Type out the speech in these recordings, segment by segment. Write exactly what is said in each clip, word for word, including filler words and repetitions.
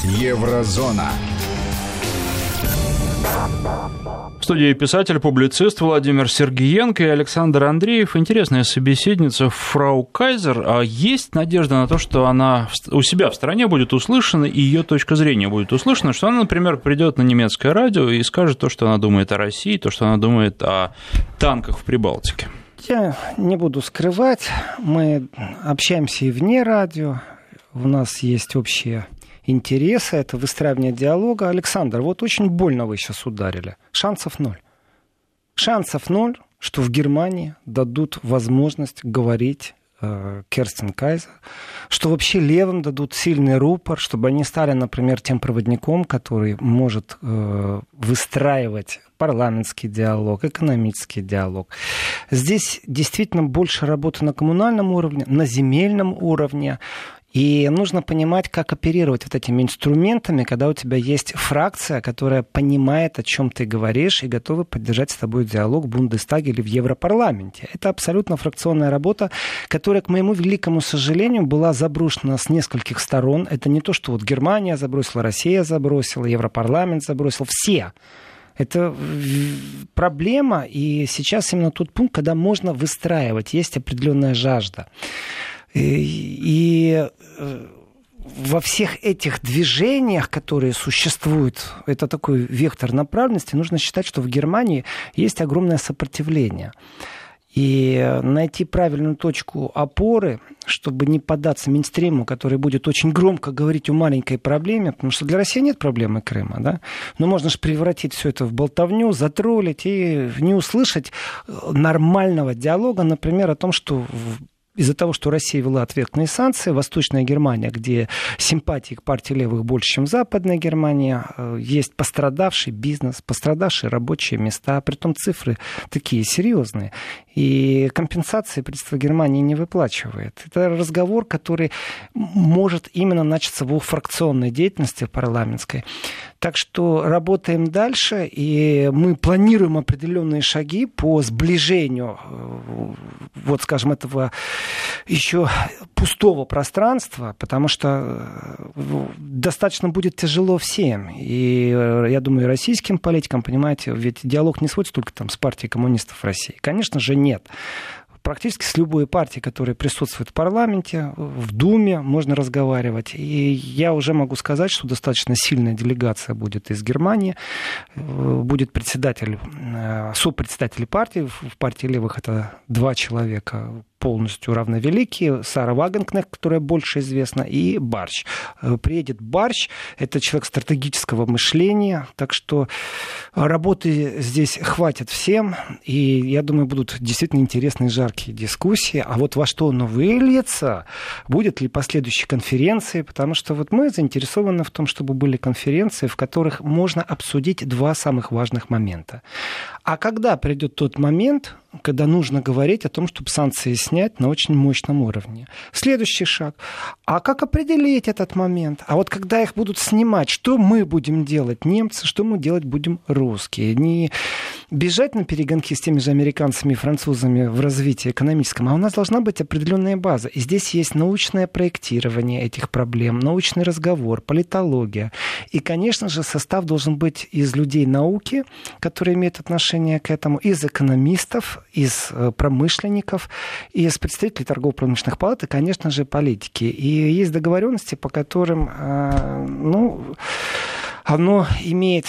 Еврозона. В студии писатель-публицист Владимир Сергеенко и Александр Андреев. Интересная собеседница фрау Кайзер. А есть надежда на то, что она у себя в стране будет услышана, и ее точка зрения будет услышана, что она, например, придет на немецкое радио и скажет то, что она думает о России, то, что она думает о танках в Прибалтике? Я не буду скрывать, мы общаемся и вне радио, у нас есть общие интересы, это выстраивание диалога. Александр, вот очень больно вы сейчас ударили. Шансов ноль. Шансов ноль, что в Германии дадут возможность говорить э, Керстин Кайзер, что вообще левым дадут сильный рупор, чтобы они стали, например, тем проводником, который может э, выстраивать парламентский диалог, экономический диалог. Здесь действительно больше работы на коммунальном уровне, на земельном уровне. И нужно понимать, как оперировать вот этими инструментами, когда у тебя есть фракция, которая понимает, о чем ты говоришь, и готова поддержать с тобой диалог в Бундестаге или в Европарламенте. Это абсолютно фракционная работа, которая, к моему великому сожалению, была заброшена с нескольких сторон. Это не то, что вот Германия забросила, Россия забросила, Европарламент забросил. Все. Это проблема, и сейчас именно тот пункт, когда можно выстраивать, есть определенная жажда. И во всех этих движениях, которые существуют, это такой вектор направленности, нужно считать, что в Германии есть огромное сопротивление. И найти правильную точку опоры, чтобы не поддаться мейнстриму, который будет очень громко говорить о маленькой проблеме, потому что для России нет проблемы Крыма, да? Но можно же превратить все это в болтовню, затроллить и не услышать нормального диалога, например, о том, что из-за того, что Россия ввела ответные санкции, Восточная Германия, где симпатии к партии левых больше, чем Западная Германия, есть пострадавший бизнес, пострадавшие рабочие места, притом цифры такие серьезные. И компенсации правительство Германии не выплачивает. Это разговор, который может именно начаться в двухфракционной деятельности парламентской. Так что работаем дальше, и мы планируем определенные шаги по сближению, вот, скажем, этого еще пустого пространства, потому что достаточно будет тяжело всем. И я думаю, российским политикам, понимаете, ведь диалог не сводится только там с партией коммунистов России. Конечно же, нет. Практически с любой партией, которая присутствует в парламенте, в Думе, можно разговаривать. И я уже могу сказать, что достаточно сильная делегация будет из Германии. Будет председатель, сопредседатель партии. В партии левых это два человека полностью равновеликие. Сара Вагенкнехт, которая больше известна, и Барч. Приедет Барч, это человек стратегического мышления, так что работы здесь хватит всем, и я думаю, будут действительно интересные жаркие дискуссии. А вот во что оно выльется, будет ли последующие конференции, потому что вот мы заинтересованы в том, чтобы были конференции, в которых можно обсудить два самых важных момента. А когда придет тот момент, когда нужно говорить о том, чтобы санкции снять на очень мощном уровне. Следующий шаг. А как определить этот момент? А вот когда их будут снимать, что мы будем делать, немцы, что мы делать будем русские? Не бежать на перегонки с теми же американцами и французами в развитии экономическом, а у нас должна быть определенная база. И здесь есть научное проектирование этих проблем, научный разговор, политология. И, конечно же, состав должен быть из людей науки, которые имеют отношение к этому, из экономистов, из промышленников, из представителей торгово-промышленных палат и, конечно же, политики. И есть договоренности, по которым, ну, оно имеет,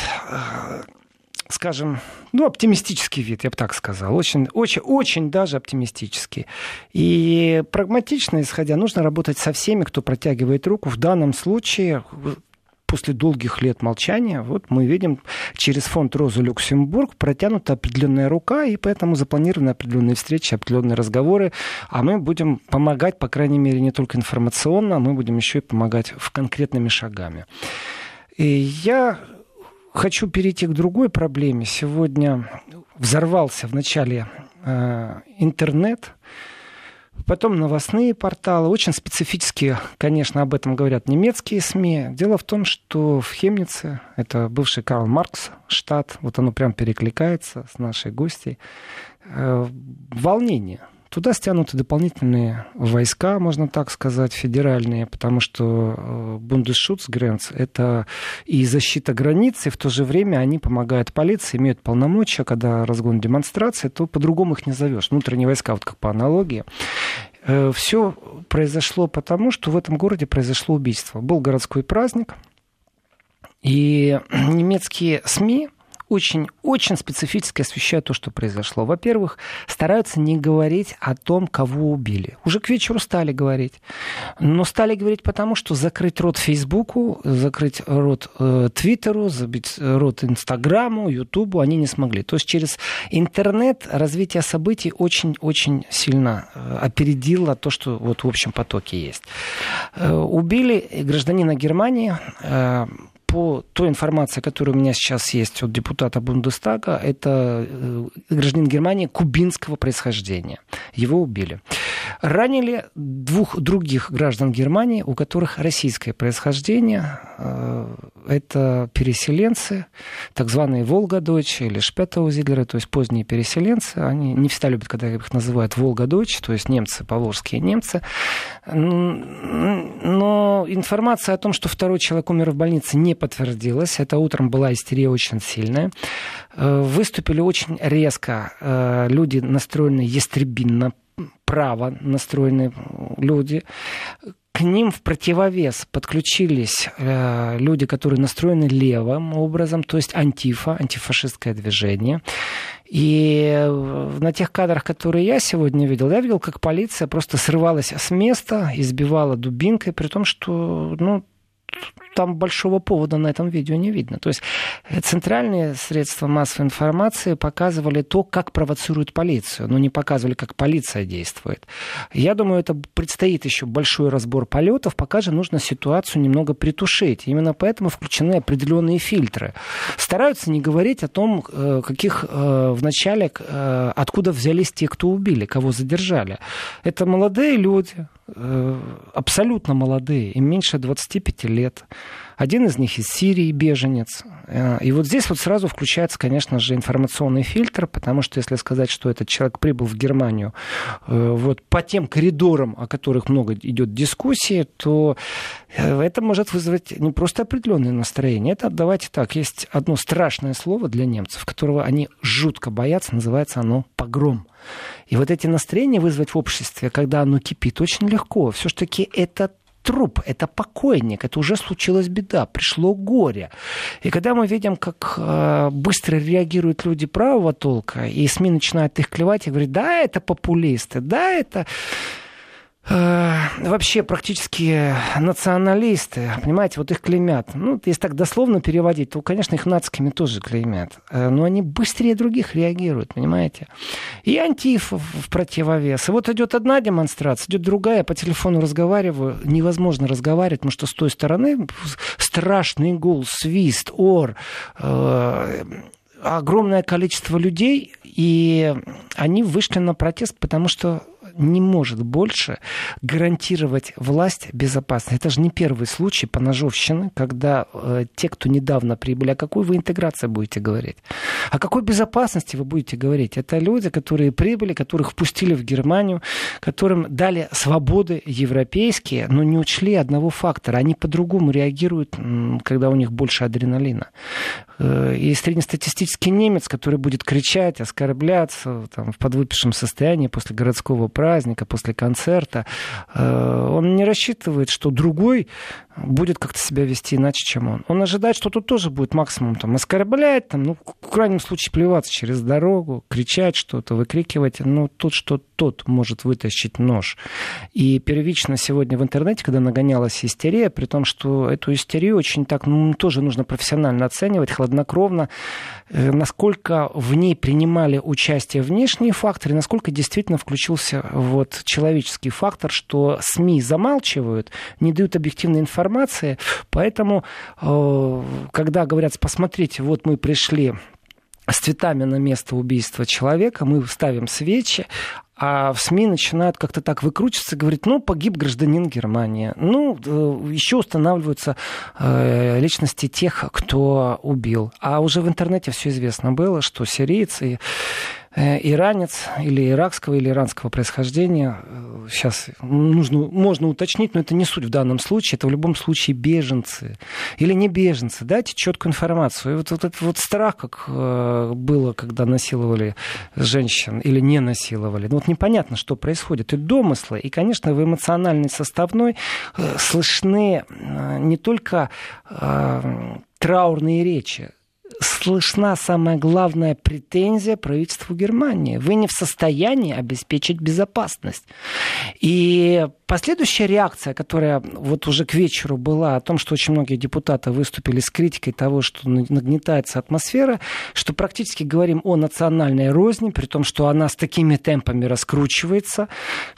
скажем, ну, оптимистический вид, я бы так сказал. Очень, очень, очень даже оптимистический. И прагматично исходя, нужно работать со всеми, кто протягивает руку. В данном случае, после долгих лет молчания, вот мы видим, через фонд Роза Люксембург протянута определенная рука, и поэтому запланированы определенные встречи, определенные разговоры, а мы будем помогать, по крайней мере, не только информационно, мы будем еще и помогать в конкретными шагами. И я хочу перейти к другой проблеме. Сегодня взорвался вначале э, интернет, потом новостные порталы. Очень специфически, конечно, об этом говорят немецкие СМИ. Дело в том, что в Хемнице, это бывший Карл Маркс штат, вот оно прям перекликается с нашей гостьей, э, волнение. Туда стянуты дополнительные войска, можно так сказать, федеральные, потому что Бундесшутцгренц — это и защита границ, и в то же время они помогают полиции, имеют полномочия, когда разгон демонстрации, то по-другому их не зовешь. Внутренние войска, вот как по аналогии. Все произошло потому, что в этом городе произошло убийство. Был городской праздник, и немецкие СМИ очень-очень специфически освещают то, что произошло. Во-первых, стараются не говорить о том, кого убили. Уже к вечеру стали говорить. Но стали говорить потому, что закрыть рот Фейсбуку, закрыть рот э, Твиттеру, забить рот Инстаграму, Ютубу они не смогли. То есть через интернет развитие событий очень-очень сильно э, опередило то, что вот в общем потоке есть. Э, убили гражданина Германии. Э, По той информации, которая у меня сейчас есть от депутата Бундестага, это гражданин Германии кубинского происхождения. Его убили. Ранили двух других граждан Германии, у которых российское происхождение. Это переселенцы, так званые Волгодойче или Шпетаузидлеры, то есть поздние переселенцы. Они не всегда любят, когда их называют Волгодойче, то есть немцы, поволжские немцы. Но информация о том, что второй человек умер в больнице, не подтвердилась. Это утром была истерия очень сильная. Выступили очень резко люди, настроенные ястребинно, право настроенные люди. К ним в противовес подключились э, люди, которые настроены левым образом, то есть антифа, антифашистское движение. И на тех кадрах, которые я сегодня видел, я видел, как полиция просто срывалась с места, избивала дубинкой, при том, что, ну, там большого повода на этом видео не видно. То есть центральные средства массовой информации показывали то, как провоцируют полицию, но не показывали, как полиция действует. Я думаю, это предстоит еще большой разбор полетов, пока же нужно ситуацию немного притушить. Именно поэтому включены определенные фильтры. Стараются не говорить о том, каких вначале, откуда взялись те, кто убили, кого задержали. Это молодые люди, абсолютно молодые, им меньше двадцати пяти лет. Один из них из Сирии, беженец. И вот здесь вот сразу включается, конечно же, информационный фильтр, потому что если сказать, что этот человек прибыл в Германию вот по тем коридорам, о которых много идет дискуссии, то это может вызвать не просто определенное настроение. Это, давайте так, есть одно страшное слово для немцев, которого они жутко боятся, называется оно погром. И вот эти настроения вызвать в обществе, когда оно кипит, очень легко. Все-таки это труп, это покойник, это уже случилась беда, пришло горе. И когда мы видим, как э, быстро реагируют люди правого толка, и СМИ начинают их клевать и говорить, да, это популисты, да, это э, вообще практически националисты, понимаете, вот их клеймят. Ну, если так дословно переводить, то, конечно, их нациками тоже клеймят. Но они быстрее других реагируют, понимаете. И антифа в противовес. И вот идет одна демонстрация, идет другая, по телефону разговариваю, невозможно разговаривать, потому что с той стороны страшный гул, свист, ор, э, огромное количество людей, и они вышли на протест, потому что не может больше гарантировать власть безопасность. Это же не первый случай поножовщины, когда э, те, кто недавно прибыли, о какой вы интеграции будете говорить? О какой безопасности вы будете говорить? Это люди, которые прибыли, которых впустили в Германию, которым дали свободы европейские, но не учли одного фактора. Они по-другому реагируют, когда у них больше адреналина. И среднестатистический немец, который будет кричать, оскорбляться там, в подвыпившем состоянии после городского праздника, после концерта, он не рассчитывает, что другой будет как-то себя вести иначе, чем он. Он ожидает, что тут тоже будет максимум там, оскорблять, там, ну, в крайнем случае плеваться через дорогу, кричать что-то, выкрикивать. Но тут что тот может вытащить нож. И первично сегодня в интернете, когда нагонялась истерия, при том, что эту истерию очень так, ну, тоже нужно профессионально оценивать, хладнокровно, э, насколько в ней принимали участие внешние факторы, насколько действительно включился вот человеческий фактор, что СМИ замалчивают, не дают объективной информации, поэтому, э, когда говорят, посмотрите, вот мы пришли с цветами на место убийства человека, мы ставим свечи, а в СМИ начинают как-то так выкручиваться, говорить, ну, погиб гражданин Германии. Ну, еще устанавливаются э, личности тех, кто убил. А уже в интернете все известно было, что сирийцы иранец или иракского, или иранского происхождения. Сейчас нужно, можно уточнить, но это не суть в данном случае. Это в любом случае беженцы или не беженцы. Дайте четкую информацию. И вот, вот этот вот страх, как было, когда насиловали женщин или не насиловали. Ну вот непонятно, что происходит. И домыслы. И, конечно, в эмоциональной составной слышны не только траурные речи. Слышна самая главная претензия правительству Германии. Вы не в состоянии обеспечить безопасность. И последующая реакция, которая вот уже к вечеру была, о том, что очень многие депутаты выступили с критикой того, что нагнетается атмосфера, что практически говорим о национальной розни, при том, что она с такими темпами раскручивается,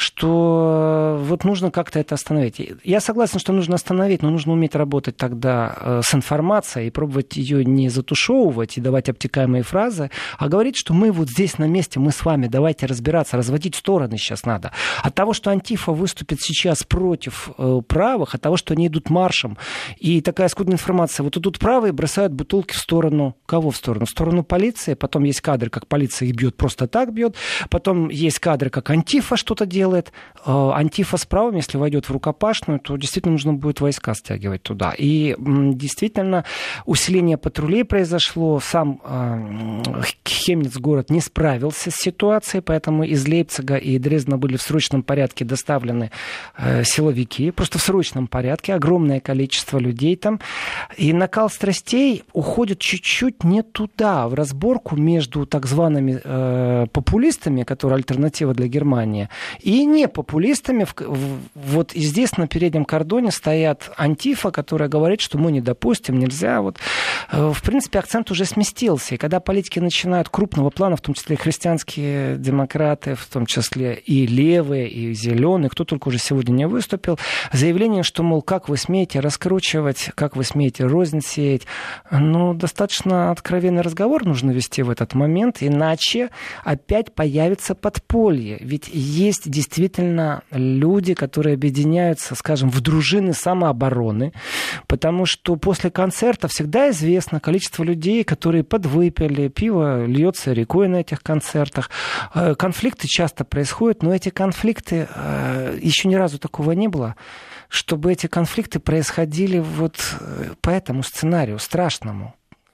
что вот нужно как-то это остановить. Я согласен, что нужно остановить, но нужно уметь работать тогда с информацией и пробовать ее не затушевывать и давать обтекаемые фразы, а говорить, что мы вот здесь на месте, мы с вами, давайте разбираться, разводить стороны сейчас надо. От того, что Антифа выступит сейчас против э, правых, от того, что они идут маршем, и такая скудная информация. Вот идут правые, бросают бутылки в сторону... Кого в сторону? В сторону полиции. Потом есть кадры, как полиция их бьет, просто так бьет. Потом есть кадры, как Антифа что-то делает. Э, Антифа с правым, если войдет в рукопашную, то действительно нужно будет войска стягивать туда. И м, действительно усиление патрулей произошло. Сам э, Хемниц город не справился с ситуацией, поэтому из Лейпцига и Дрездена были в срочном порядке доставлены силовики, просто в срочном порядке, огромное количество людей там. И накал страстей уходит чуть-чуть не туда, в разборку между так зваными э, популистами, которые альтернатива для Германии, и не популистами. В, в, вот и здесь на переднем кордоне стоят Антифа, которая говорит, что мы не допустим, нельзя. Вот. Э, в принципе, акцент уже сместился. И когда политики начинают крупного плана, в том числе и христианские демократы, в том числе и левые, и зеленые, кто только уже сегодня не выступил, заявление, что, мол, как вы смеете раскручивать, как вы смеете рознь сеять. Ну, достаточно откровенный разговор нужно вести в этот момент, иначе опять появится подполье. Ведь есть действительно люди, которые объединяются, скажем, в дружины самообороны, потому что после концерта всегда известно количество людей, которые подвыпили, пиво льется рекой на этих концертах. Конфликты часто происходят, но эти конфликты еще ни разу такого не было, чтобы эти конфликты происходили вот по этому сценарию страшному.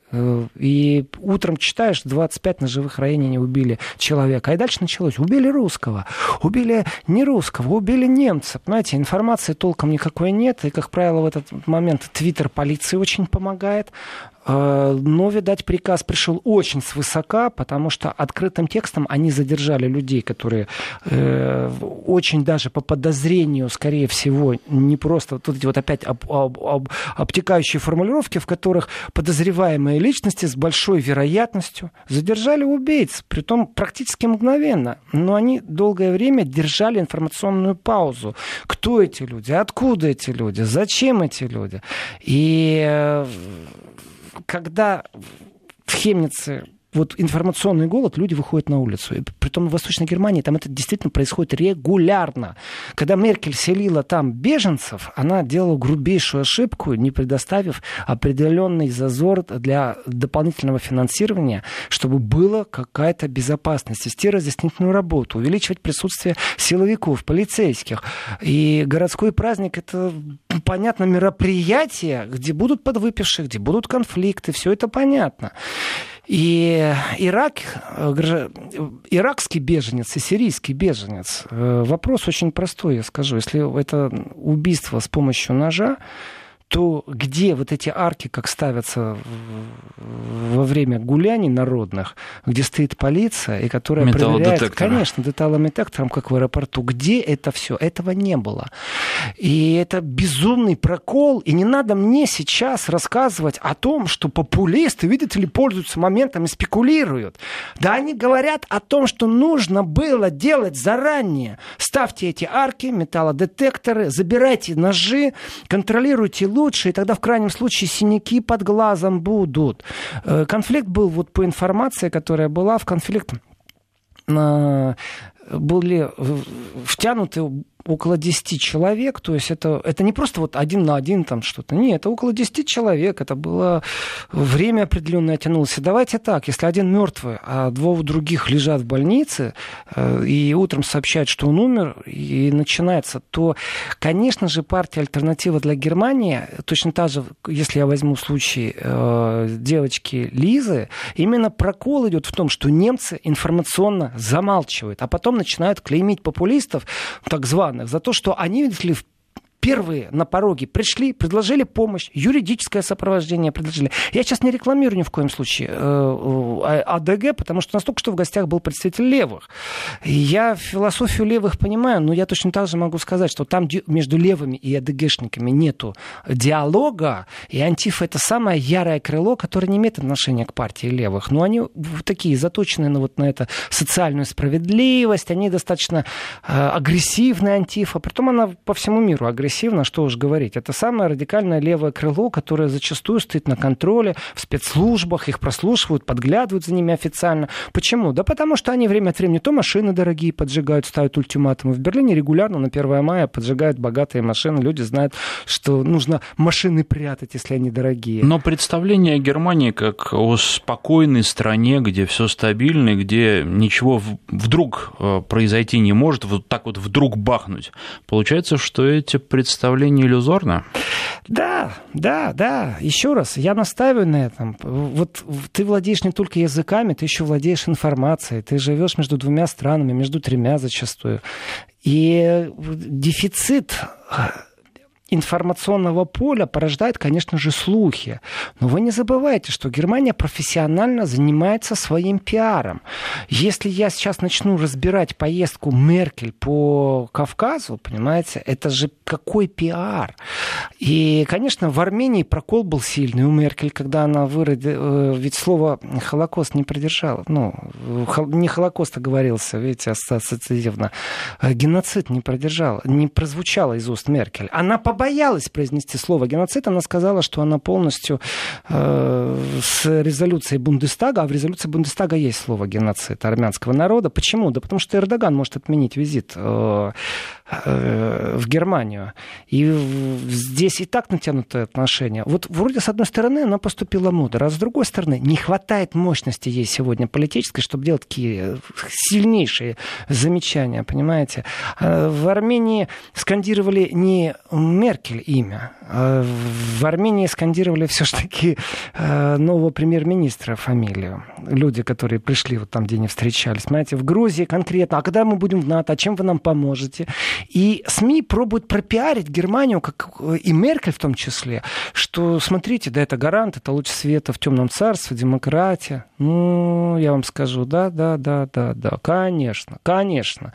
И утром читаешь, двадцать пять ножевых ранений убили человека. И дальше началось. Убили русского, убили не русского, убили немца. Понимаете, информации толком никакой нет. И, как правило, в этот момент твиттер полиции очень помогает. Но, видать, приказ пришел очень свысока, потому что открытым текстом они задержали людей, которые э, очень даже по подозрению, скорее всего, не просто вот эти вот опять об, об, об, обтекающие формулировки, в которых подозреваемые личности с большой вероятностью задержали убийц, притом практически мгновенно. Но они долгое время держали информационную паузу. Кто эти люди? Откуда эти люди? Зачем эти люди? И э, когда в Хемнице вот информационный голод, люди выходят на улицу. И притом в Восточной Германии там это действительно происходит регулярно. Когда Меркель селила там беженцев, она делала грубейшую ошибку, не предоставив определенный зазор для дополнительного финансирования, чтобы была какая-то безопасность, вести разъяснительную работу, увеличивать присутствие силовиков, полицейских. И городской праздник — это, понятно, мероприятие, где будут подвыпившие, где будут конфликты, все это понятно. И Ирак, иракский беженец и сирийский беженец, вопрос очень простой, я скажу. Если это убийство с помощью ножа, то где вот эти арки, как ставятся во время гуляний народных, где стоит полиция, и которая проверяет, конечно, деталометактором, как в аэропорту, где это все? Этого не было. И это безумный прокол, и не надо мне сейчас рассказывать о том, что популисты, видите ли, пользуются моментом и спекулируют. Да они говорят о том, что нужно было делать заранее. Ставьте эти арки, металлодетекторы, забирайте ножи, контролируйте луч, лучше, и тогда в крайнем случае синяки под глазом будут. Конфликт был, вот по информации, которая была, в конфликт были втянуты около десяти человек, то есть это, это не просто вот один на один там что-то, нет, это около десяти человек, это было время определенное тянулось. И давайте так, если один мертвый, а двое других лежат в больнице, и утром сообщают, что он умер, и начинается, то, конечно же, партия «Альтернатива для Германии», точно так же, если я возьму случай э, девочки Лизы, именно прокол идет в том, что немцы информационно замалчивают, а потом начинают клеймить популистов, так званых, за то, что они, видите ли, первые на пороге пришли, предложили помощь, юридическое сопровождение предложили. Я сейчас не рекламирую ни в коем случае АДГ, потому что настолько, что в гостях был представитель левых. И я философию левых понимаю, но я точно так же могу сказать, что там между левыми и АДГшниками нету диалога, и Антифа — это самое ярое крыло, которое не имеет отношения к партии левых. Но они такие заточенные на, вот, на это социальную справедливость, они достаточно агрессивная Антифа, притом она по всему миру агрессивная. Что уж говорить. Это самое радикальное левое крыло, которое зачастую стоит на контроле в спецслужбах, их прослушивают, подглядывают за ними официально. Почему? Да потому что они время от времени то машины дорогие поджигают, ставят ультиматумы. В Берлине регулярно на первое мая поджигают богатые машины. Люди знают, что нужно машины прятать, если они дорогие. Но представление о Германии как о спокойной стране, где все стабильно, где ничего вдруг произойти не может, вот так вот вдруг бахнуть. Получается, что эти представление иллюзорно? Да, да, да. Еще раз, я настаиваю на этом. Вот ты владеешь не только языками, ты еще владеешь информацией. Ты живешь между двумя странами, между тремя зачастую. И дефицит информационного поля порождает, конечно же, слухи. Но вы не забывайте, что Германия профессионально занимается своим пиаром. Если я сейчас начну разбирать поездку Меркель по Кавказу, понимаете, это же какой пиар. И, конечно, в Армении прокол был сильный у Меркель, когда она выродила, ведь слово «Холокост» не продержала. Ну, не Холокост, а говорился, видите, ассоциативно. Геноцид не продержала, не прозвучало из уст Меркель. Она побоялась боялась произнести слово геноцид, она сказала, что она полностью э, с резолюцией Бундестага, а в резолюции Бундестага есть слово геноцид армянского народа. Почему? Да потому что Эрдоган может отменить визит э, э, в Германию. И здесь и так натянутые отношения. Вот вроде с одной стороны она поступила мудро, а с другой стороны не хватает мощности ей сегодня политической, чтобы делать такие сильнейшие замечания, понимаете? В Армении скандировали не Меркель имя. В Армении скандировали все-таки нового премьер-министра фамилию. Люди, которые пришли вот там, где они встречались. Понимаете, в Грузии конкретно. А когда мы будем в НАТО? А чем вы нам поможете? И СМИ пробуют пропиарить Германию, как и Меркель в том числе, что, смотрите, да, это гарант, это луч света в темном царстве, демократия. Ну, я вам скажу, да, да, да, да, да, конечно, конечно.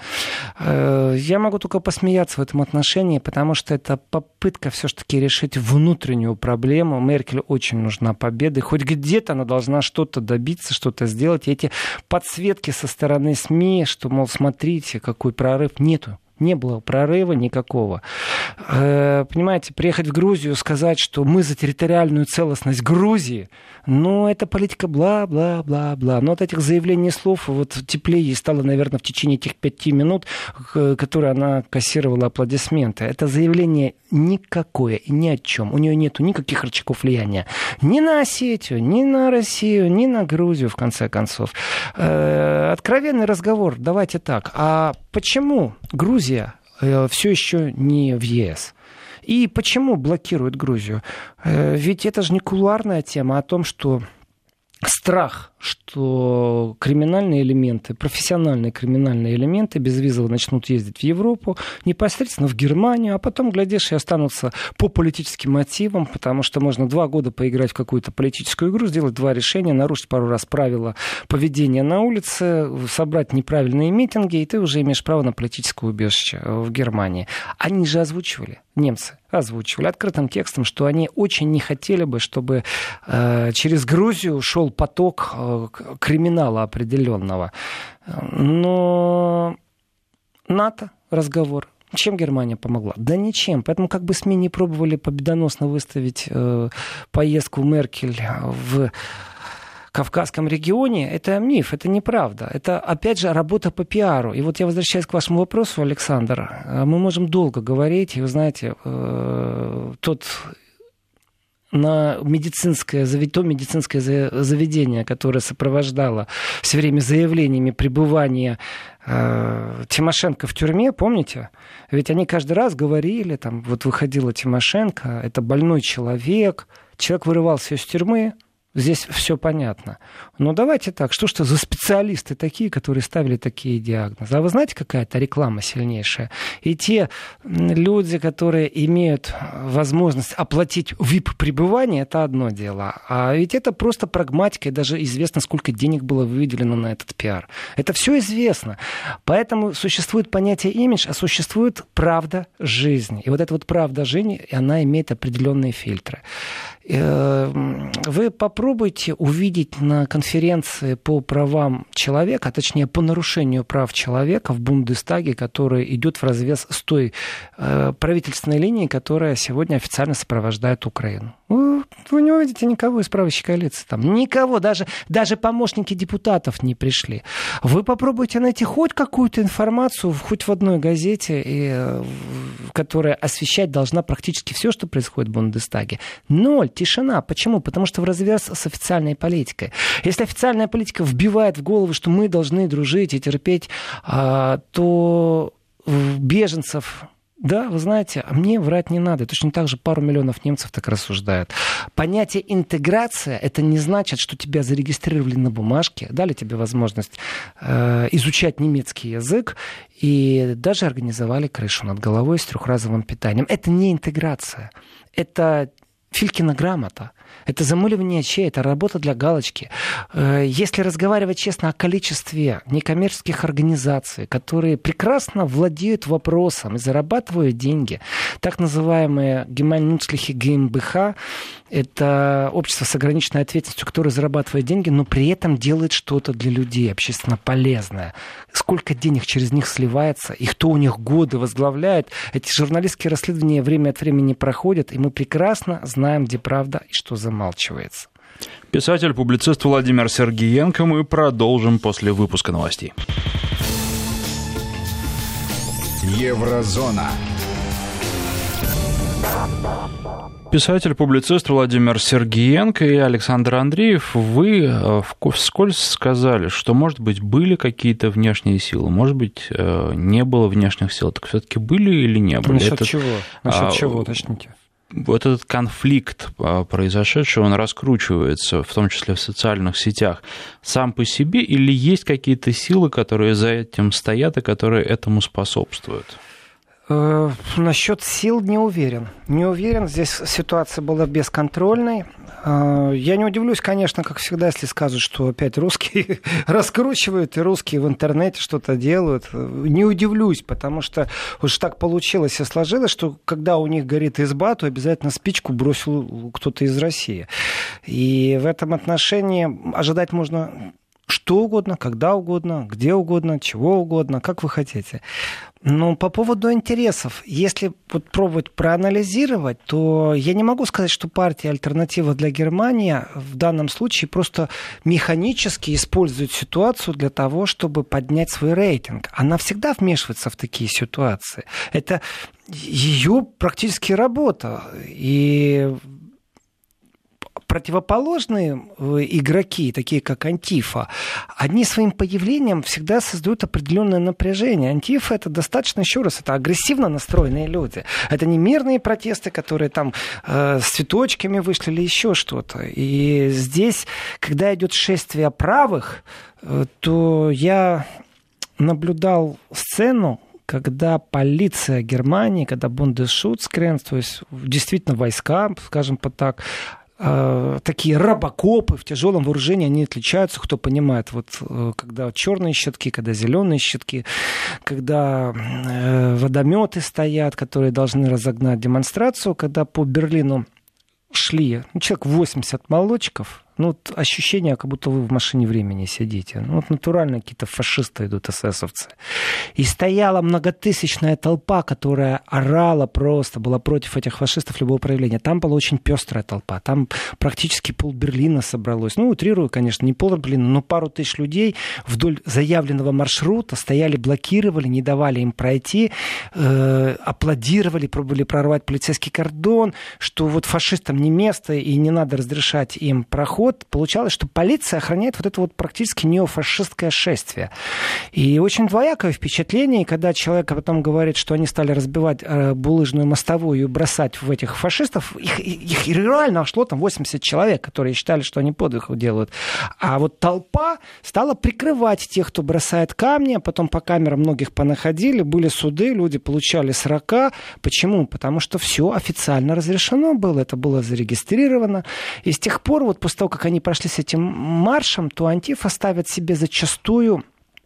Я могу только посмеяться в этом отношении, потому что это попытка все-таки решить внутреннюю проблему. Меркель очень нужна победа. И хоть где-то она должна что-то добиться, что-то сделать. И эти подсветки со стороны СМИ, что, мол, смотрите, какой прорыв, нету. Не было прорыва никакого. Э, понимаете, приехать в Грузию, сказать, что мы за территориальную целостность Грузии, ну, это политика бла-бла-бла-бла. Но от этих заявлений слов вот теплее стало, наверное, в течение этих пяти минут, которые она кассировала аплодисменты. Это заявление никакое и ни о чем. У нее нету никаких рычагов влияния. Ни на Осетию, ни на Россию, ни на Грузию, в конце концов. Э, откровенный разговор. Давайте так. А почему Грузия все еще не в ЕС? И почему блокируют Грузию? Ведь это же не кулуарная тема о том, что страх, что криминальные элементы, профессиональные криминальные элементы безвизово начнут ездить в Европу, непосредственно в Германию, а потом, глядишь, и останутся по политическим мотивам, потому что можно два года поиграть в какую-то политическую игру, сделать два решения, нарушить пару раз правила поведения на улице, собрать неправильные митинги, и ты уже имеешь право на политическое убежище в Германии. Они же озвучивали, немцы озвучивали открытым текстом, что они очень не хотели бы, чтобы э, через Грузию шел поток э, криминала определенного. Но НАТО разговор. Чем Германия помогла? Да ничем. Поэтому как бы СМИ не пробовали победоносно выставить э, поездку Меркель в Кавказском регионе, это миф, это неправда. Это, опять же, работа по пиару. И вот я возвращаюсь к вашему вопросу, Александр. Мы можем долго говорить, и вы знаете, тот... на медицинское, то медицинское заведение, которое сопровождало все время заявлениями пребывания э, Тимошенко в тюрьме, помните? Ведь они каждый раз говорили, там, вот выходила Тимошенко, это больной человек, человек вырывался из тюрьмы, здесь все понятно. Но давайте так, что ж это за специалисты такие, которые ставили такие диагнозы? А вы знаете, какая-то реклама сильнейшая? И те люди, которые имеют возможность оплатить ви ай пи-пребывание, это одно дело. А ведь это просто прагматика, и даже известно, сколько денег было выделено на этот пиар. Это все известно. Поэтому существует понятие имидж, а существует правда жизни. И вот эта вот правда жизни, она имеет определенные фильтры. Вы попробуйте увидеть на конференции по правам человека, а точнее по нарушению прав человека в Бундестаге, который идет вразрез с той э, правительственной линией, которая сегодня официально сопровождает Украину. Вы, вы не увидите никого из правящих коалиций там. Никого, даже, даже помощники депутатов не пришли. Вы попробуйте найти хоть какую-то информацию, хоть в одной газете, и, которая освещать должна практически все, что происходит в Бундестаге. Ноль. Тишина. Почему? Потому что вразрез с официальной политикой. Если официальная политика вбивает в голову, что мы должны дружить и терпеть, то беженцев... Да, вы знаете, а мне врать не надо. Точно так же пару миллионов немцев так рассуждают. Понятие интеграция, это не значит, что тебя зарегистрировали на бумажке, дали тебе возможность э, изучать немецкий язык и даже организовали крышу над головой с трехразовым питанием. Это не интеграция. Это Филькина грамота. Это замыливание чей, это работа для галочки. Если разговаривать честно о количестве некоммерческих организаций, которые прекрасно владеют вопросом и зарабатывают деньги, так называемые Gemeinnützliche GmbH, это общество с ограниченной ответственностью, которое зарабатывает деньги, но при этом делает что-то для людей общественно полезное. Сколько денег через них сливается, и кто у них годы возглавляет. Эти журналистские расследования время от времени проходят, и мы прекрасно знаем, где правда и что замалчивается. Писатель, публицист Владимир Сергиенко. Мы продолжим после выпуска новостей. Еврозона. Писатель, публицист Владимир Сергиенко и Александр Андреев, вы вскользь сказали, что, может быть, были какие-то внешние силы, может быть, не было внешних сил. Так все-таки были или не были? Насчет Это... чего? Насчет а... чего, уточните? Вот этот конфликт произошедший, он раскручивается, в том числе в социальных сетях, сам по себе, или есть какие-то силы, которые за этим стоят и которые этому способствуют? Насчет сил не уверен. Не уверен. Здесь ситуация была бесконтрольной. Я не удивлюсь, конечно, как всегда, если скажут, что опять русские раскручивают, и русские в интернете что-то делают. Не удивлюсь, потому что уж так получилось и сложилось, что когда у них горит изба, то обязательно спичку бросил кто-то из России. И в этом отношении ожидать можно что угодно, когда угодно, где угодно, чего угодно, как вы хотите. Но по поводу интересов, если вот пробовать проанализировать, то я не могу сказать, что партия «Альтернатива для Германии» в данном случае просто механически использует ситуацию для того, чтобы поднять свой рейтинг. Она всегда вмешивается в такие ситуации. Это ее практически работа. И противоположные игроки, такие как Антифа, они своим появлением всегда создают определенное напряжение. Антифа — это достаточно, еще раз, это агрессивно настроенные люди. Это не мирные протесты, которые там э, с цветочками вышли или еще что-то. И здесь, когда идет шествие правых, э, то я наблюдал сцену, когда полиция Германии, когда Бундесшутцгренц, то есть действительно войска, скажем так, такие робокопы в тяжелом вооружении, они отличаются, кто понимает, вот когда черные щитки, когда зеленые щитки, когда водометы стоят, которые должны разогнать демонстрацию, когда по Берлину шли ну, человек восемьдесят молодчиков, Ну, вот ощущение, как будто вы в машине времени сидите. Ну, вот натурально какие-то фашисты идут, эсэсовцы. И стояла многотысячная толпа, которая орала просто, была против этих фашистов любого проявления. Там была очень пестрая толпа. Там практически пол Берлина собралось. Ну, утрирую, конечно, не пол Берлина, но пару тысяч людей вдоль заявленного маршрута стояли, блокировали, не давали им пройти, э, аплодировали, пробовали прорвать полицейский кордон, что вот фашистам не место и не надо разрешать им проход. Получалось, что полиция охраняет вот это вот практически неофашистское шествие. И очень двоякое впечатление, когда человек потом говорит, что они стали разбивать э, булыжную мостовую и бросать в этих фашистов, их, их реально шло там восемьдесят человек, которые считали, что они подвиг делают. А вот толпа стала прикрывать тех, кто бросает камни, а потом по камерам многих понаходили, были суды, люди получали срока. Почему? Потому что все официально разрешено было, это было зарегистрировано. И с тех пор, вот после того, как они прошли с этим маршем, то Антифа ставит себе зачастую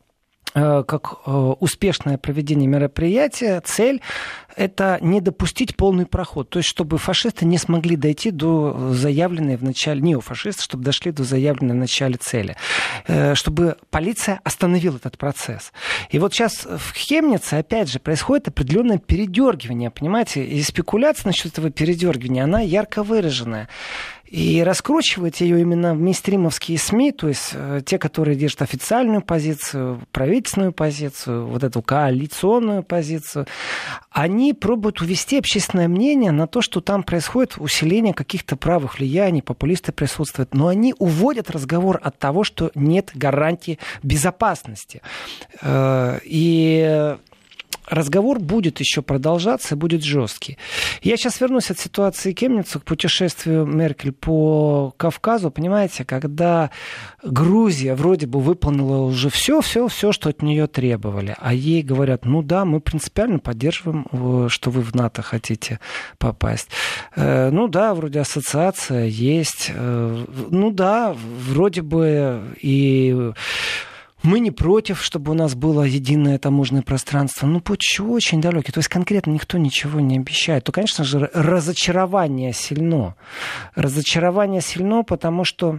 э, как э, успешное проведение мероприятия цель — это не допустить полный проход. То есть, чтобы фашисты не смогли дойти до заявленной в начале, неофашисты, чтобы дошли до заявленной в начале цели. Э, чтобы полиция остановила этот процесс. И вот сейчас в Хемнице, опять же, происходит определенное передергивание, понимаете? И спекуляция насчет этого передергивания, она ярко выраженная. И раскручивать ее именно в мейнстримовские СМИ, то есть э, те, которые держат официальную позицию, правительственную позицию, вот эту коалиционную позицию, они пробуют увести общественное мнение на то, что там происходит усиление каких-то правых влияний, популисты присутствуют, но они уводят разговор от того, что нет гарантии безопасности. Э, и... Разговор будет еще продолжаться, будет жесткий. Я сейчас вернусь от ситуации Хемницы к путешествию Меркель по Кавказу. Понимаете, когда Грузия вроде бы выполнила уже все, все, все, что от нее требовали, а ей говорят, ну да, мы принципиально поддерживаем, что вы в НАТО хотите попасть. Ну да, вроде ассоциация есть. Ну да, вроде бы и... Мы не против, чтобы у нас было единое таможенное пространство. Ну, путь очень далекий. То есть конкретно никто ничего не обещает. То, конечно же, разочарование сильно. Разочарование сильно, потому что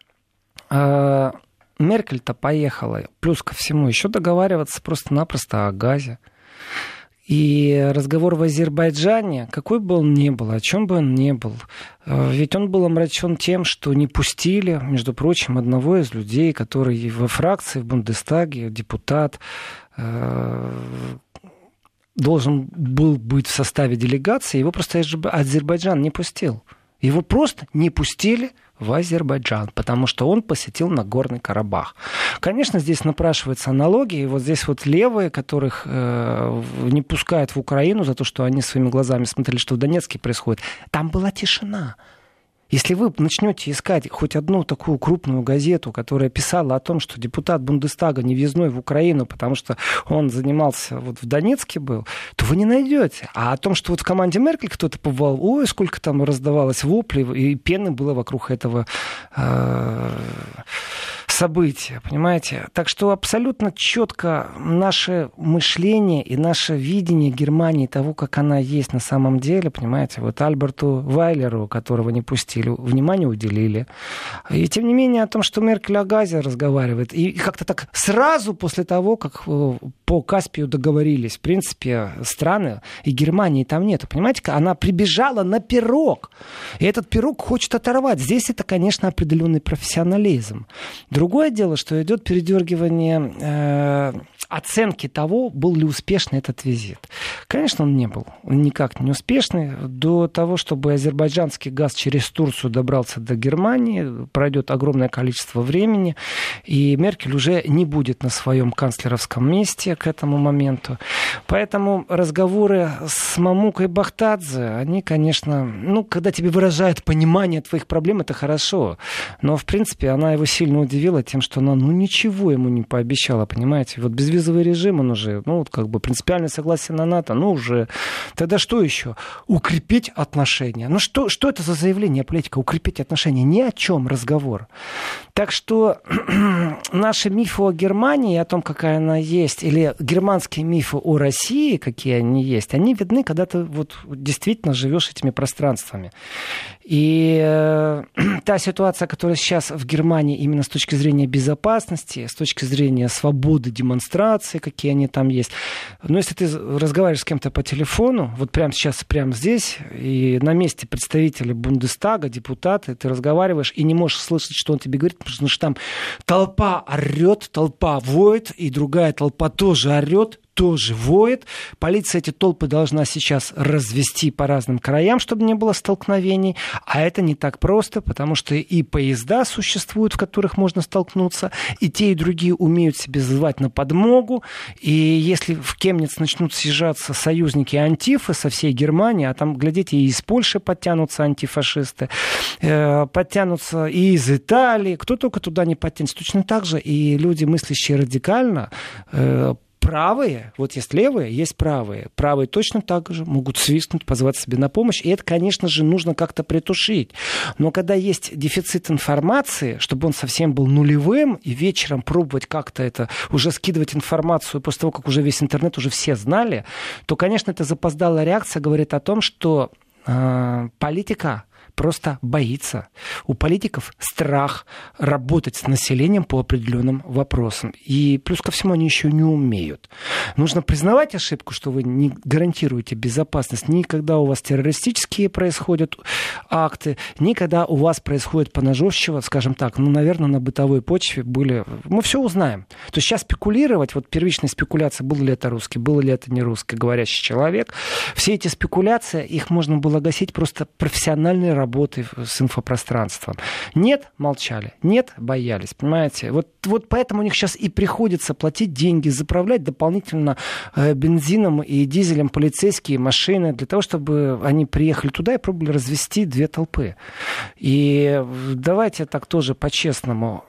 э, Меркель-то поехала, плюс ко всему, еще договариваться просто-напросто о газе. И разговор в Азербайджане, какой бы он ни был, о чем бы он ни был, ведь он был омрачен тем, что не пустили, между прочим, одного из людей, который во фракции в Бундестаге, депутат, должен был быть в составе делегации, его просто Азербайджан не пустил. Его просто не пустили в Азербайджан, потому что он посетил Нагорный Карабах. Конечно, здесь напрашиваются аналогии. Вот здесь вот левые, которых э, не пускают в Украину за то, что они своими глазами смотрели, что в Донецке происходит. Там была тишина. Если вы начнете искать хоть одну такую крупную газету, которая писала о том, что депутат Бундестага не въездной в Украину, потому что он занимался, вот в Донецке был, то вы не найдете. А о том, что вот в команде Меркель кто-то побывал, ой, сколько там раздавалось воплей, и пены было вокруг этого э, события, понимаете? Так что абсолютно четко наше мышление и наше видение Германии, того, как она есть на самом деле, понимаете, вот Альберту Вайлеру, которого не пустили, внимание уделили. И тем не менее о том, что Меркель о газе разговаривает. И как-то так сразу после того, как по Каспию договорились, в принципе, страны, и Германии там нету. Понимаете, она прибежала на пирог. И этот пирог хочет оторвать. Здесь это, конечно, определенный профессионализм. Другое дело, что идет передергивание э, оценки того, был ли успешный этот визит. Конечно, он не был. Он никак не успешный. До того, чтобы азербайджанский газ через Турцию добрался до Германии, пройдет огромное количество времени, и Меркель уже не будет на своем канцлеровском месте к этому моменту. Поэтому разговоры с Мамукой Бахтадзе, они, конечно, ну, когда тебе выражают понимание твоих проблем, это хорошо. Но, в принципе, она его сильно удивила тем, что она, ну, ничего ему не пообещала, понимаете. Вот без безвизовый режим, он уже, ну, вот как бы принципиальное согласие на НАТО, ну, уже. Тогда что еще? Укрепить отношения. Ну, что, что это за заявление политика? Укрепить отношения. Ни о чем разговор. Так что наши мифы о Германии, о том, какая она есть, или германские мифы о России, какие они есть, они видны, когда ты вот действительно живешь этими пространствами. И э, та ситуация, которая сейчас в Германии именно с точки зрения безопасности, с точки зрения свободы демонстрации, какие они там есть. Но если ты разговариваешь с кем-то по телефону, вот прямо сейчас, прямо здесь, и на месте представителя Бундестага, депутаты, ты разговариваешь и не можешь слышать, что он тебе говорит, потому что там толпа орет, толпа воет, и другая толпа тоже орет, тоже воет. Полиция эти толпы должна сейчас развести по разным краям, чтобы не было столкновений. А это не так просто, потому что и поезда существуют, в которых можно столкнуться, и те, и другие умеют себе звать на подмогу. И если в Кемниц начнут съезжаться союзники Антифы со всей Германии, а там, глядите, и из Польши подтянутся антифашисты, э, подтянутся и из Италии, кто только туда не подтянется. Точно так же и люди, мыслящие радикально, э, правые, вот есть левые, есть правые. Правые точно так же могут свистнуть, позвать себе на помощь. И это, конечно же, нужно как-то притушить. Но когда есть дефицит информации, чтобы он совсем был нулевым, и вечером пробовать как-то это, уже скидывать информацию после того, как уже весь интернет уже все знали, то, конечно, эта запоздалая реакция говорит о том, что э, политика просто боится. У политиков страх работать с населением по определенным вопросам. И плюс ко всему они еще не умеют. Нужно признавать ошибку, что вы не гарантируете безопасность ни когда у вас террористические происходят акты, ни когда у вас происходит поножовщина, скажем так, ну, наверное, на бытовой почве были... Мы все узнаем. То есть сейчас спекулировать, вот первичная спекуляция, был ли это русский, был ли это не русскоговорящий человек, все эти спекуляции, их можно было гасить просто профессиональной работой работы с инфопространством. Нет, молчали. Нет, боялись. Понимаете? Вот, вот поэтому у них сейчас и приходится платить деньги, заправлять дополнительно э, бензином и дизелем полицейские машины для того, чтобы они приехали туда и пробовали развести две толпы. И давайте так тоже по-честному.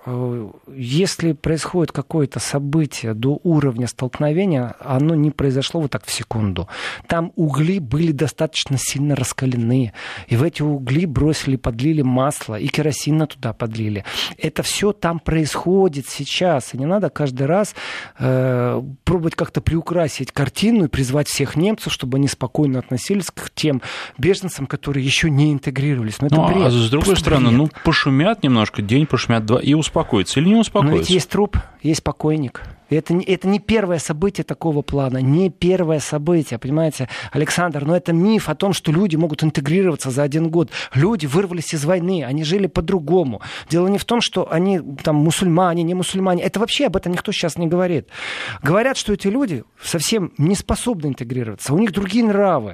Если происходит какое-то событие до уровня столкновения, оно не произошло вот так в секунду. Там угли были достаточно сильно раскалены. И в эти угли бросили, подлили масло, и керосина туда подлили. Это все там происходит сейчас. И не надо каждый раз э, пробовать как-то приукрасить картину и призвать всех немцев, чтобы они спокойно относились к тем беженцам, которые еще не интегрировались. Но это ну, бред. А с другой стороны, бред. ну, пошумят немножко, день пошумят, два, и успокоятся. Или не успокоятся? Но ведь есть труп, есть покойник. Это, это не первое событие такого плана, не первое событие, понимаете, Александр, но это миф о том, что люди могут интегрироваться за один год. Люди вырвались из войны, они жили по-другому. Дело не в том, что они там мусульмане, не мусульмане. Это вообще об этом никто сейчас не говорит. Говорят, что эти люди совсем не способны интегрироваться, у них другие нравы.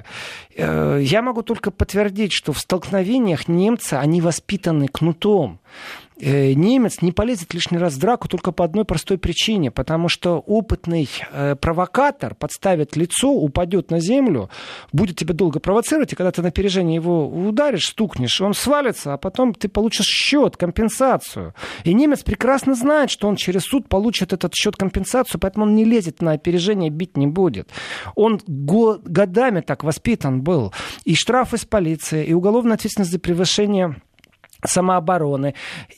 Я могу только подтвердить, что в столкновениях немцы, они воспитаны кнутом. Немец не полезет лишний раз в драку только по одной простой причине, потому что опытный э, провокатор подставит лицо, упадет на землю, будет тебя долго провоцировать, и когда ты на опережение его ударишь, стукнешь, он свалится, а потом ты получишь счет, компенсацию. И немец прекрасно знает, что он через суд получит этот счет, компенсацию, поэтому он не лезет на опережение, бить не будет. Он го- годами так воспитан был. И штраф из полиции, и уголовная ответственность за превышение самообороны,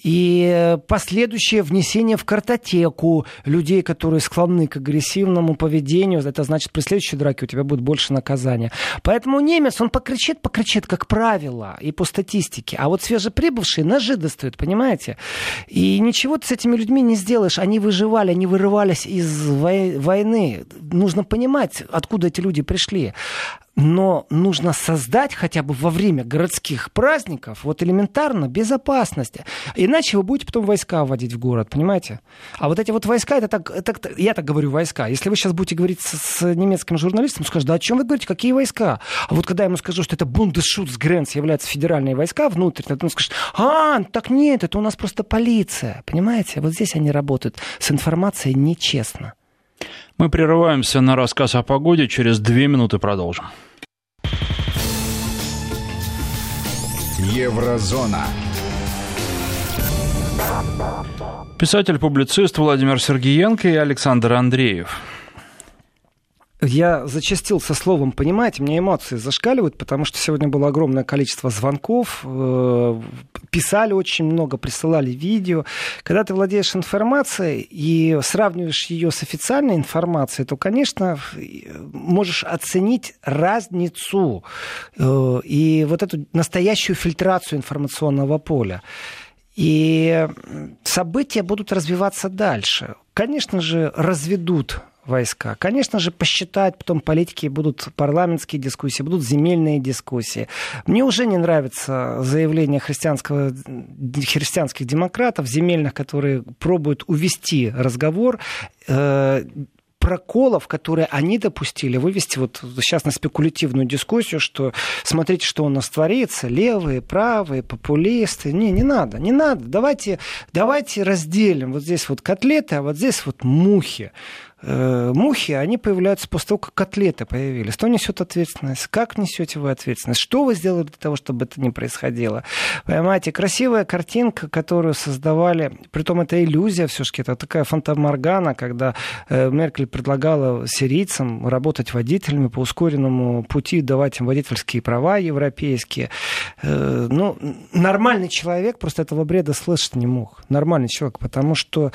и последующее внесение в картотеку людей, которые склонны к агрессивному поведению. Это значит, при следующей драке у тебя будет больше наказания. Поэтому немец, он покричит, покричит, как правило, и по статистике. А вот свежеприбывшие ножи достают, понимаете? И ничего ты с этими людьми не сделаешь. Они выживали, они вырывались из войны. Нужно понимать, откуда эти люди пришли. Но нужно создать хотя бы во время городских праздников вот элементарно безопасность. Иначе вы будете потом войска вводить в город, понимаете? А вот эти вот войска, это так, это, я так говорю войска. Если вы сейчас будете говорить с, с немецким журналистом, скажут, да о чем вы говорите, какие войска? А вот когда я ему скажу, что это Bundesschutzgrenze являются федеральные войска внутренние, то он скажет, а, так нет, это у нас просто полиция. Понимаете? Вот здесь они работают с информацией нечестно. Мы прерываемся на рассказ о погоде, через две минуты продолжим. Еврозона. Писатель-публицист Владимир Сергиенко и Александр Андреев. Я зачастил со словом, понимаете, мне эмоции зашкаливают, потому что сегодня было огромное количество звонков, писали очень много, присылали видео. Когда ты владеешь информацией и сравниваешь ее с официальной информацией, то, конечно, можешь оценить разницу и вот эту настоящую фильтрацию информационного поля. И события будут развиваться дальше. Конечно же, разведут войска. Конечно же, посчитают потом политики, будут парламентские дискуссии, будут земельные дискуссии. Мне уже не нравится заявление христианского, христианских демократов, земельных, которые пробуют увести разговор, э, проколов, которые они допустили, вывести вот сейчас на спекулятивную дискуссию, что смотрите, что у нас творится, левые, правые, популисты. Не, не надо, не надо. Давайте, давайте разделим. Вот здесь вот котлеты, а вот здесь вот мухи. Мухи, они появляются после того, как котлеты появились. Кто несет ответственность? Как несете вы ответственность? Что вы сделали для того, чтобы это не происходило? Понимаете, красивая картинка, которую создавали, притом это иллюзия все-таки, это такая фантаморгана, когда Меркель предлагала сирийцам работать водителями по ускоренному пути, давать им водительские права европейские. Ну, нормальный человек просто этого бреда слышать не мог. Нормальный человек, потому что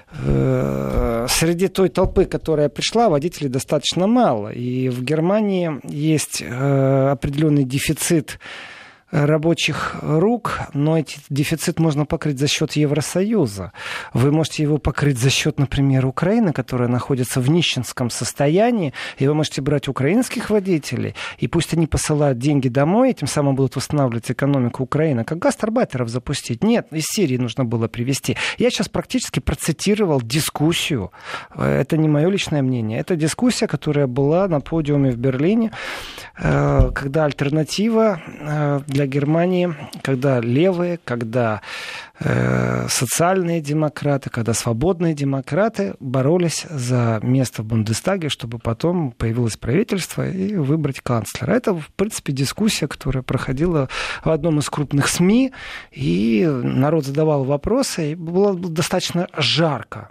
э, среди той толпы, которая пришла, водителей достаточно мало. И в Германии есть э, определенный дефицит рабочих рук, но этот дефицит можно покрыть за счет Евросоюза. Вы можете его покрыть за счет, например, Украины, которая находится в нищенском состоянии, и вы можете брать украинских водителей, и пусть они посылают деньги домой, и тем самым будут восстанавливать экономику Украины. Как гастарбайтеров запустить? Нет, из Сирии нужно было привезти. Я сейчас практически процитировал дискуссию. Это не мое личное мнение. Это дискуссия, которая была на подиуме в Берлине, когда альтернатива для Германии, когда левые, когда э, социальные демократы, когда свободные демократы боролись за место в Бундестаге, чтобы потом появилось правительство и выбрать канцлера. Это, в принципе, дискуссия, которая проходила в одном из крупных СМИ, и народ задавал вопросы, и было достаточно жарко.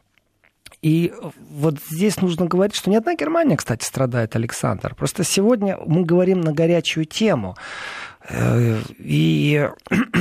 И вот здесь нужно говорить, что не одна Германия, кстати, страдает, Александр. Просто сегодня мы говорим на горячую тему. И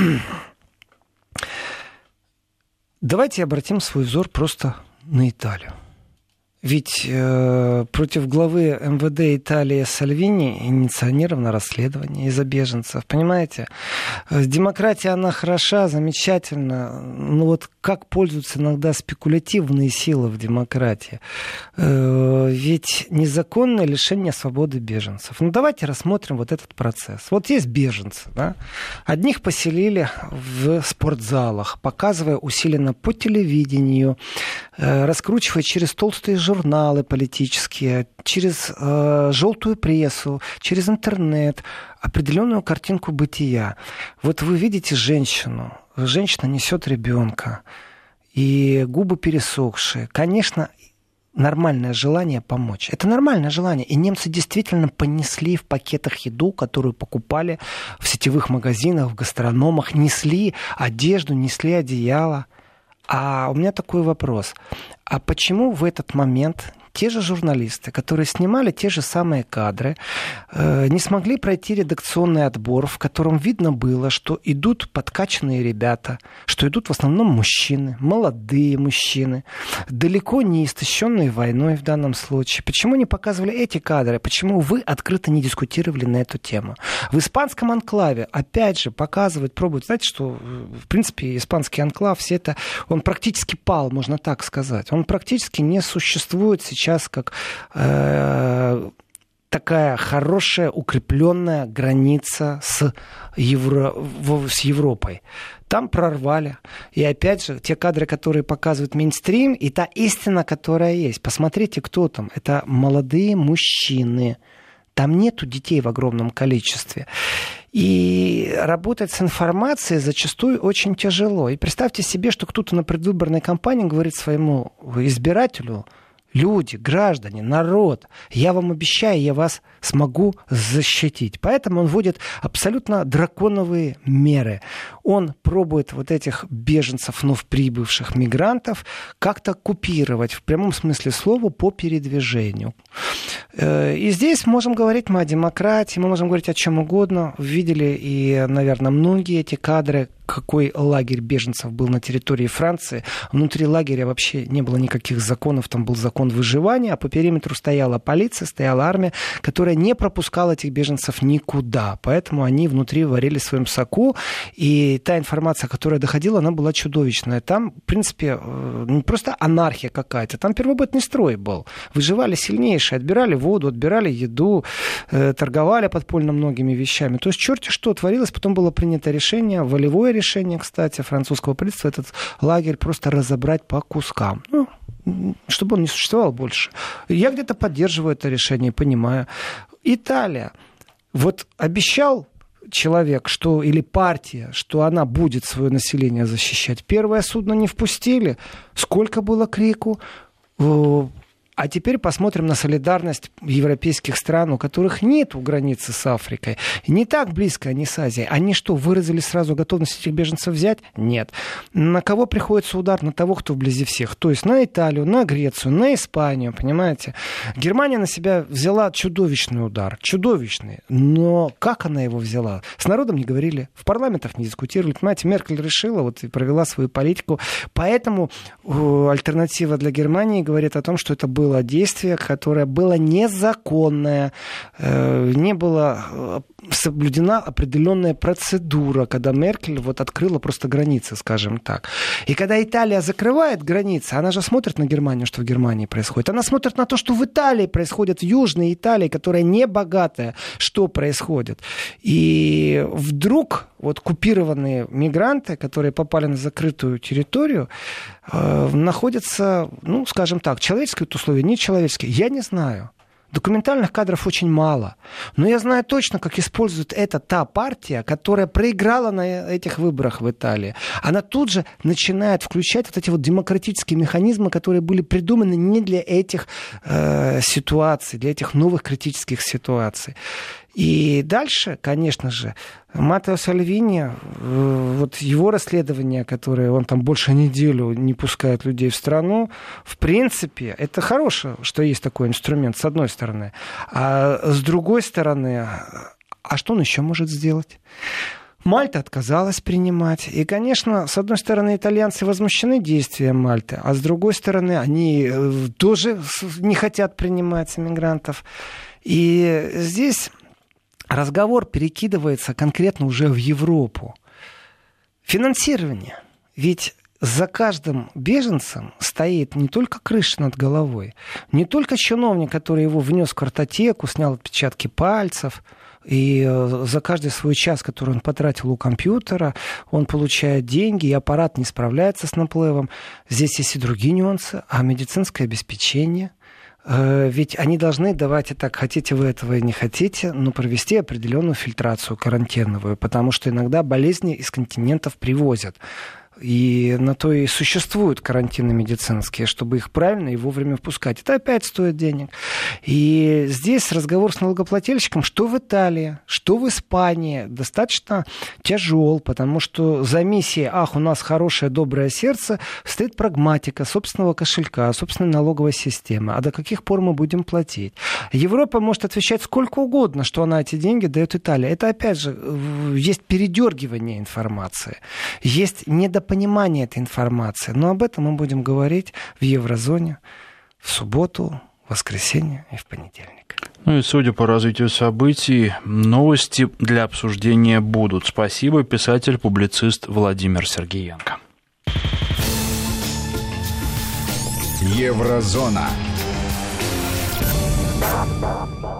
давайте обратим свой взор просто на Италию. Ведь э, против главы эм вэ дэ Италии Сальвини инициировано расследование из-за беженцев. Понимаете? Демократия, она хороша, замечательна. Но вот как пользуются иногда спекулятивные силы в демократии? Э, ведь незаконное лишение свободы беженцев. Ну, давайте рассмотрим вот этот процесс. Вот есть беженцы, да? Одних поселили в спортзалах, показывая усиленно по телевидению, э, раскручивая через толстые журналы политические, через э, желтую прессу, через интернет определенную картинку бытия. Вот вы видите женщину, женщина несет ребенка, и губы пересохшие. Конечно, нормальное желание помочь. Это нормальное желание. И немцы действительно понесли в пакетах еду, которую покупали в сетевых магазинах, в гастрономах, несли одежду, несли одеяло. А у меня такой вопрос. А почему в этот момент те же журналисты, которые снимали те же самые кадры, э, не смогли пройти редакционный отбор, в котором видно было, что идут подкачанные ребята, что идут в основном мужчины, молодые мужчины, далеко не истощенные войной в данном случае? Почему не показывали эти кадры? Почему вы открыто не дискутировали на эту тему? В испанском анклаве, опять же, показывают, пробуют. Знаете, что, в принципе, испанский анклав, все это, он практически пал, можно так сказать. Он практически не существует сейчас сейчас как э, такая хорошая, укрепленная граница с, Евро, с Европой. Там прорвали. И опять же, те кадры, которые показывают мейнстрим, и та истина, которая есть. Посмотрите, кто там. Это молодые мужчины. Там нету детей в огромном количестве. И работать с информацией зачастую очень тяжело. И представьте себе, что кто-то на предвыборной кампании говорит своему избирателю: Люди, граждане, народ, я вам обещаю, я вас смогу защитить. Поэтому он вводит абсолютно драконовые меры. Он пробует вот этих беженцев, вновь прибывших мигрантов, как-то купировать, в прямом смысле слова, по передвижению. И здесь можем говорить мы о демократии, мы можем говорить о чем угодно. Видели и, наверное, многие эти кадры, какой лагерь беженцев был на территории Франции. Внутри лагеря вообще не было никаких законов, там был закон выживания, а по периметру стояла полиция, стояла армия, которая не пропускала этих беженцев никуда. Поэтому они внутри варили в своем соку, и та информация, которая доходила, она была чудовищная. Там, в принципе, не просто анархия какая-то, там первобытный строй был. Выживали сильнейшие, отбирали воду, отбирали еду, торговали подпольно многими вещами. То есть черти что творилось, потом было принято решение, волевое решение, решение, кстати, французского правительства, этот лагерь просто разобрать по кускам. Ну, чтобы он не существовал больше. Я где-то поддерживаю это решение, понимаю. Италия. Вот обещал человек, что, или партия, что она будет свое население защищать. Первое судно не впустили. Сколько было крику. А теперь посмотрим на солидарность европейских стран, у которых нет границы с Африкой. Не так близко они с Азией. Они что, выразили сразу готовность этих беженцев взять? Нет. На кого приходится удар? На того, кто вблизи всех. То есть на Италию, на Грецию, на Испанию, понимаете? Германия на себя взяла чудовищный удар. Чудовищный. Но как она его взяла? С народом не говорили, в парламентах не дискутировали. Понимаете, Меркель решила вот, и провела свою политику. Поэтому э, альтернатива для Германии говорит о том, что это было действие, которое было незаконное, не была соблюдена определенная процедура, когда Меркель вот открыла просто границы, скажем так. И когда Италия закрывает границы, она же смотрит на Германию, что в Германии происходит. Она смотрит на то, что в Италии происходит, в Южной Италии, которая не богатая, что происходит. И вдруг вот купированные мигранты, которые попали на закрытую территорию, э, находятся, ну, скажем так, человеческие условия, нечеловеческие. Я не знаю. Документальных кадров очень мало. Но я знаю точно, как использует это та партия, которая проиграла на этих выборах в Италии. Она тут же начинает включать вот эти вот демократические механизмы, которые были придуманы не для этих э, ситуаций, для этих новых критических ситуаций. И дальше, конечно же, Маттео Сальвини, вот его расследование, которое он там больше неделю не пускает людей в страну, в принципе, это хорошее, что есть такой инструмент, с одной стороны. А с другой стороны, а что он еще может сделать? Мальта отказалась принимать. И, конечно, с одной стороны, итальянцы возмущены действием Мальты, а с другой стороны, они тоже не хотят принимать иммигрантов. И здесь разговор перекидывается конкретно уже в Европу. Финансирование. Ведь за каждым беженцем стоит не только крыша над головой, не только чиновник, который его внес в картотеку, снял отпечатки пальцев, и за каждый свой час, который он потратил у компьютера, он получает деньги, и аппарат не справляется с наплывом. Здесь есть и другие нюансы, а медицинское обеспечение. Ведь они должны давать, и так, хотите вы этого и не хотите, но провести определенную фильтрацию карантиновую, потому что иногда болезни из континентов привозят. И на то и существуют карантины медицинские, чтобы их правильно и вовремя впускать. Это опять стоит денег. И здесь разговор с налогоплательщиком, что в Италии, что в Испании, достаточно тяжел, потому что за миссией «Ах, у нас хорошее, доброе сердце» стоит прагматика собственного кошелька, собственной налоговой системы. А до каких пор мы будем платить? Европа может отвечать сколько угодно, что она эти деньги дает Италии. Это, опять же, есть передергивание информации, есть недопонимание понимание этой информации. Но об этом мы будем говорить в Еврозоне в субботу, в воскресенье и в понедельник. Ну и судя по развитию событий, новости для обсуждения будут. Спасибо, писатель-публицист Владимир Сергиенко. Еврозона.